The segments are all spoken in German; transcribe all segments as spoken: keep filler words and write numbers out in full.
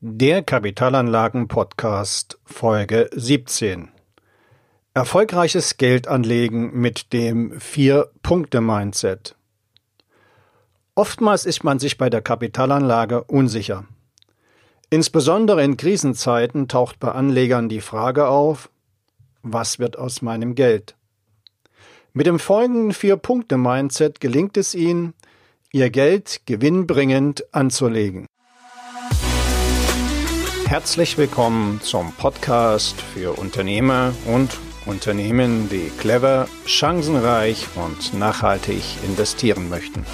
Der Kapitalanlagen-Podcast Folge siebzehn. Erfolgreiches Geldanlegen mit dem Vier-Punkte-Mindset. Oftmals ist man sich bei der Kapitalanlage unsicher. Insbesondere in Krisenzeiten taucht bei Anlegern die Frage auf: Was wird aus meinem Geld? Mit dem folgenden Vier-Punkte-Mindset gelingt es Ihnen, Ihr Geld gewinnbringend anzulegen. Herzlich willkommen zum Podcast für Unternehmer und Unternehmen, die clever, chancenreich und nachhaltig investieren möchten.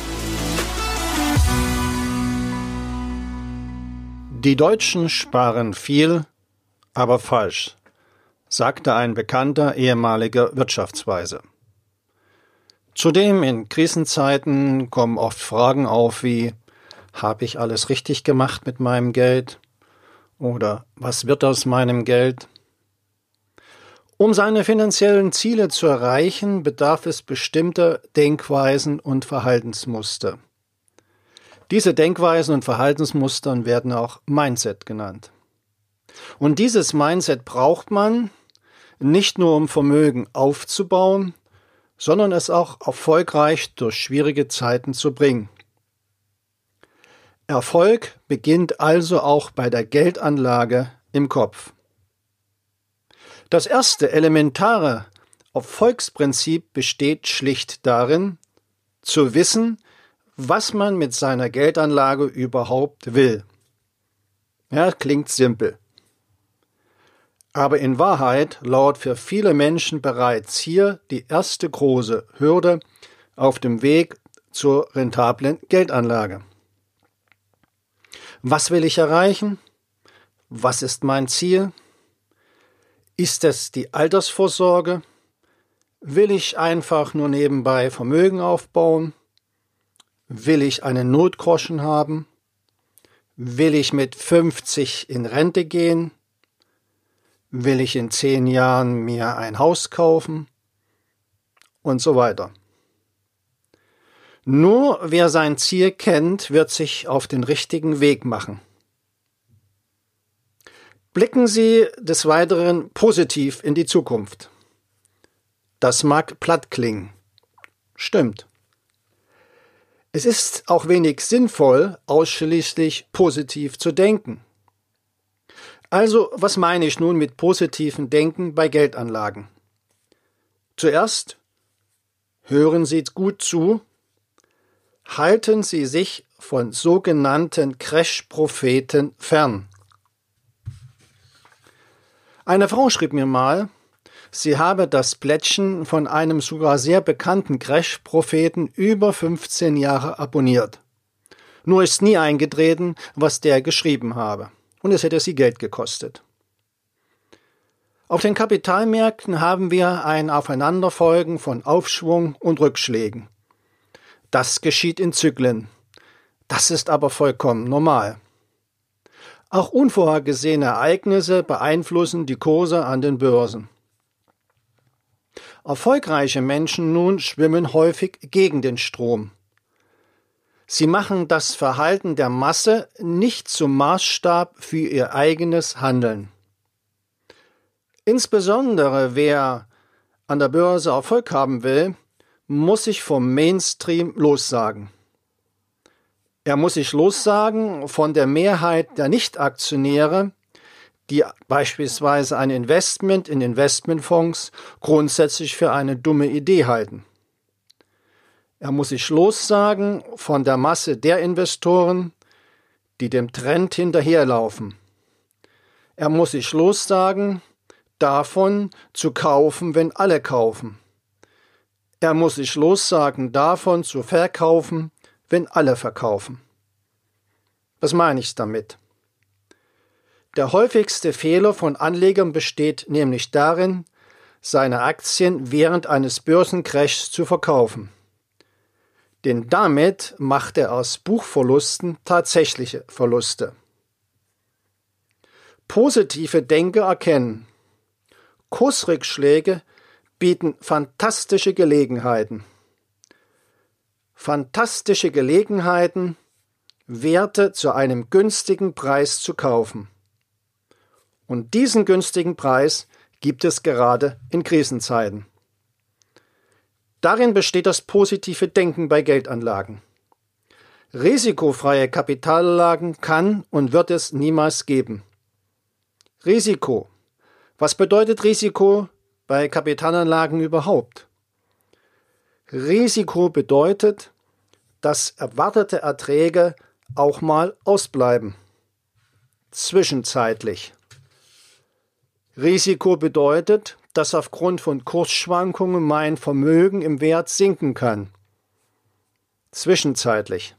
Die Deutschen sparen viel, aber falsch, sagte ein bekannter ehemaliger Wirtschaftsweise. Zudem in Krisenzeiten kommen oft Fragen auf wie: Habe ich alles richtig gemacht mit meinem Geld? Oder was wird aus meinem Geld? Um seine finanziellen Ziele zu erreichen, bedarf es bestimmter Denkweisen und Verhaltensmuster. Diese Denkweisen und Verhaltensmuster werden auch Mindset genannt. Und dieses Mindset braucht man nicht nur, um Vermögen aufzubauen, sondern es auch erfolgreich durch schwierige Zeiten zu bringen. Erfolg beginnt also auch bei der Geldanlage im Kopf. Das erste elementare Erfolgsprinzip besteht schlicht darin, zu wissen, was man mit seiner Geldanlage überhaupt will. Ja, klingt simpel. Aber in Wahrheit lauert für viele Menschen bereits hier die erste große Hürde auf dem Weg zur rentablen Geldanlage. Was will ich erreichen? Was ist mein Ziel? Ist es die Altersvorsorge? Will ich einfach nur nebenbei Vermögen aufbauen? Will ich einen Notgroschen haben? Will ich mit fünfzig in Rente gehen? Will ich in zehn Jahren mir ein Haus kaufen? Und so weiter. Nur wer sein Ziel kennt, wird sich auf den richtigen Weg machen. Blicken Sie des Weiteren positiv in die Zukunft. Das mag platt klingen. Stimmt. Es ist auch wenig sinnvoll, ausschließlich positiv zu denken. Also, was meine ich nun mit positivem Denken bei Geldanlagen? Zuerst hören Sie gut zu. Halten Sie sich von sogenannten Crash-Propheten fern. Eine Frau schrieb mir mal, sie habe das Plättchen von einem sogar sehr bekannten Crash-Propheten über fünfzehn Jahre abonniert. Nur ist nie eingetreten, was der geschrieben habe. Und es hätte sie Geld gekostet. Auf den Kapitalmärkten haben wir ein Aufeinanderfolgen von Aufschwung und Rückschlägen. Das geschieht in Zyklen. Das ist aber vollkommen normal. Auch unvorhergesehene Ereignisse beeinflussen die Kurse an den Börsen. Erfolgreiche Menschen nun schwimmen häufig gegen den Strom. Sie machen das Verhalten der Masse nicht zum Maßstab für ihr eigenes Handeln. Insbesondere wer an der Börse Erfolg haben will, muss sich vom Mainstream lossagen. Er muss sich lossagen von der Mehrheit der Nichtaktionäre, die beispielsweise ein Investment in Investmentfonds grundsätzlich für eine dumme Idee halten. Er muss sich lossagen von der Masse der Investoren, die dem Trend hinterherlaufen. Er muss sich lossagen davon, zu kaufen, wenn alle kaufen. Er muss sich lossagen davon, zu verkaufen, wenn alle verkaufen. Was meine ich damit? Der häufigste Fehler von Anlegern besteht nämlich darin, seine Aktien während eines Börsencrashs zu verkaufen. Denn damit macht er aus Buchverlusten tatsächliche Verluste. Positive Denker erkennen: Kursrückschläge bieten fantastische Gelegenheiten. Fantastische Gelegenheiten, Werte zu einem günstigen Preis zu kaufen. Und diesen günstigen Preis gibt es gerade in Krisenzeiten. Darin besteht das positive Denken bei Geldanlagen. Risikofreie Kapitalanlagen kann und wird es niemals geben. Risiko. Was bedeutet Risiko bei Kapitalanlagen überhaupt? Risiko bedeutet, dass erwartete Erträge auch mal ausbleiben. Zwischenzeitlich. Risiko bedeutet, dass aufgrund von Kursschwankungen mein Vermögen im Wert sinken kann. Zwischenzeitlich.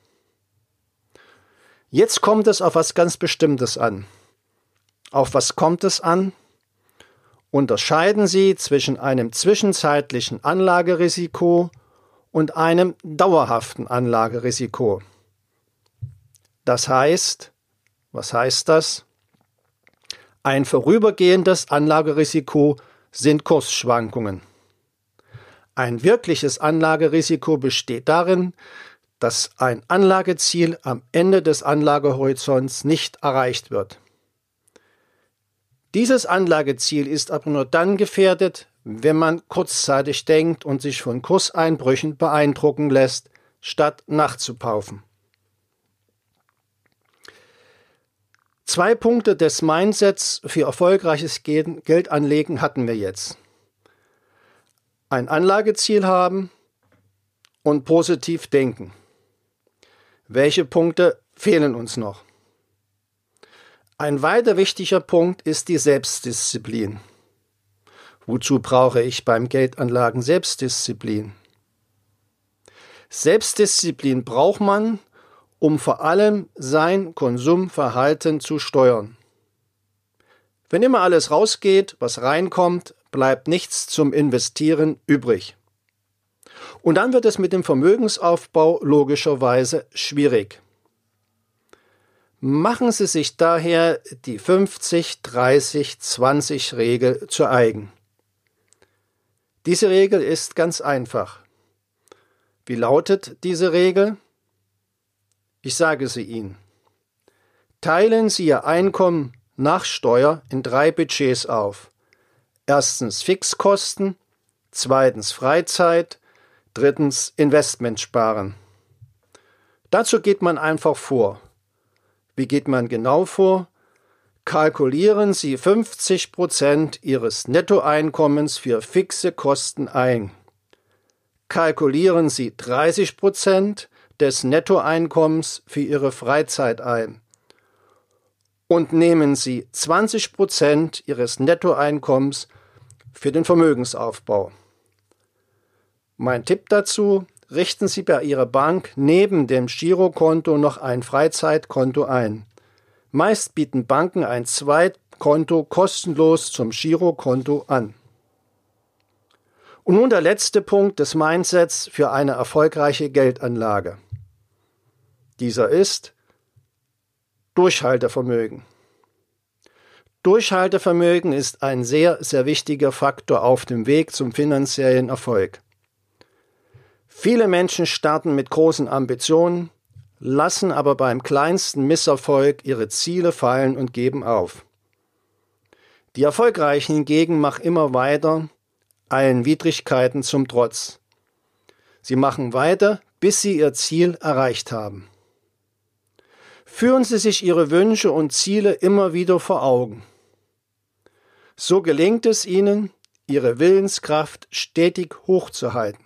Jetzt kommt es auf was ganz Bestimmtes an. Auf was kommt es an? Unterscheiden Sie zwischen einem zwischenzeitlichen Anlagerisiko und einem dauerhaften Anlagerisiko. Das heißt, was heißt das? Ein vorübergehendes Anlagerisiko sind Kursschwankungen. Ein wirkliches Anlagerisiko besteht darin, dass ein Anlageziel am Ende des Anlagehorizonts nicht erreicht wird. Dieses Anlageziel ist aber nur dann gefährdet, wenn man kurzzeitig denkt und sich von Kurseinbrüchen beeindrucken lässt, statt nachzupaufen. Zwei Punkte des Mindsets für erfolgreiches Geldanlegen hatten wir jetzt. Ein Anlageziel haben und positiv denken. Welche Punkte fehlen uns noch? Ein weiter wichtiger Punkt ist die Selbstdisziplin. Wozu brauche ich beim Geldanlagen Selbstdisziplin? Selbstdisziplin braucht man, um vor allem sein Konsumverhalten zu steuern. Wenn immer alles rausgeht, was reinkommt, bleibt nichts zum Investieren übrig. Und dann wird es mit dem Vermögensaufbau logischerweise schwierig. Machen Sie sich daher die fünfzig dreißig zwanzig Regel zu eigen. Diese Regel ist ganz einfach. Wie lautet diese Regel? Ich sage sie Ihnen. Teilen Sie Ihr Einkommen nach Steuer in drei Budgets auf. Erstens Fixkosten, zweitens Freizeit, drittens Investment sparen. Dazu geht man einfach vor. Wie geht man genau vor? Kalkulieren Sie fünfzig Prozent Ihres Nettoeinkommens für fixe Kosten ein. Kalkulieren Sie dreißig Prozent des Nettoeinkommens für Ihre Freizeit ein. Und nehmen Sie zwanzig Prozent Ihres Nettoeinkommens für den Vermögensaufbau. Mein Tipp dazu: Richten Sie bei Ihrer Bank neben dem Girokonto noch ein Freizeitkonto ein. Meist bieten Banken ein Zweitkonto kostenlos zum Girokonto an. Und nun der letzte Punkt des Mindsets für eine erfolgreiche Geldanlage. Dieser ist Durchhaltevermögen. Durchhaltevermögen ist ein sehr, sehr wichtiger Faktor auf dem Weg zum finanziellen Erfolg. Viele Menschen starten mit großen Ambitionen, lassen aber beim kleinsten Misserfolg ihre Ziele fallen und geben auf. Die Erfolgreichen hingegen machen immer weiter, allen Widrigkeiten zum Trotz. Sie machen weiter, bis sie ihr Ziel erreicht haben. Führen Sie sich Ihre Wünsche und Ziele immer wieder vor Augen. So gelingt es Ihnen, Ihre Willenskraft stetig hochzuhalten.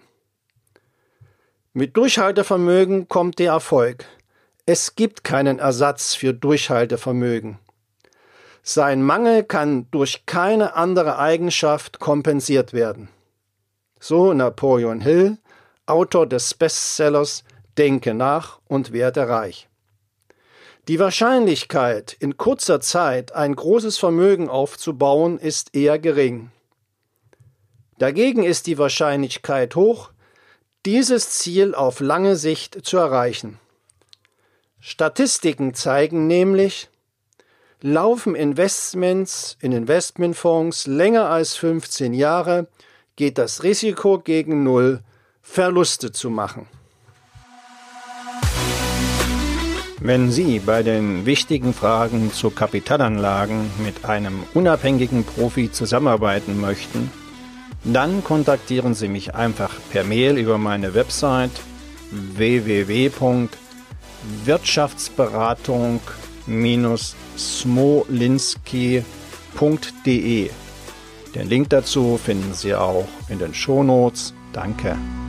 Mit Durchhaltevermögen kommt der Erfolg. Es gibt keinen Ersatz für Durchhaltevermögen. Sein Mangel kann durch keine andere Eigenschaft kompensiert werden. So Napoleon Hill, Autor des Bestsellers Denke nach und werde reich. Die Wahrscheinlichkeit, in kurzer Zeit ein großes Vermögen aufzubauen, ist eher gering. Dagegen ist die Wahrscheinlichkeit hoch, dieses Ziel auf lange Sicht zu erreichen. Statistiken zeigen nämlich, laufen Investments in Investmentfonds länger als fünfzehn Jahre, geht das Risiko gegen Null, Verluste zu machen. Wenn Sie bei den wichtigen Fragen zu Kapitalanlagen mit einem unabhängigen Profi zusammenarbeiten möchten, dann kontaktieren Sie mich einfach per Mail über meine Website w w w punkt wirtschaftsberatung Bindestrich smolinski punkt de. Den Link dazu finden Sie auch in den Shownotes. Danke.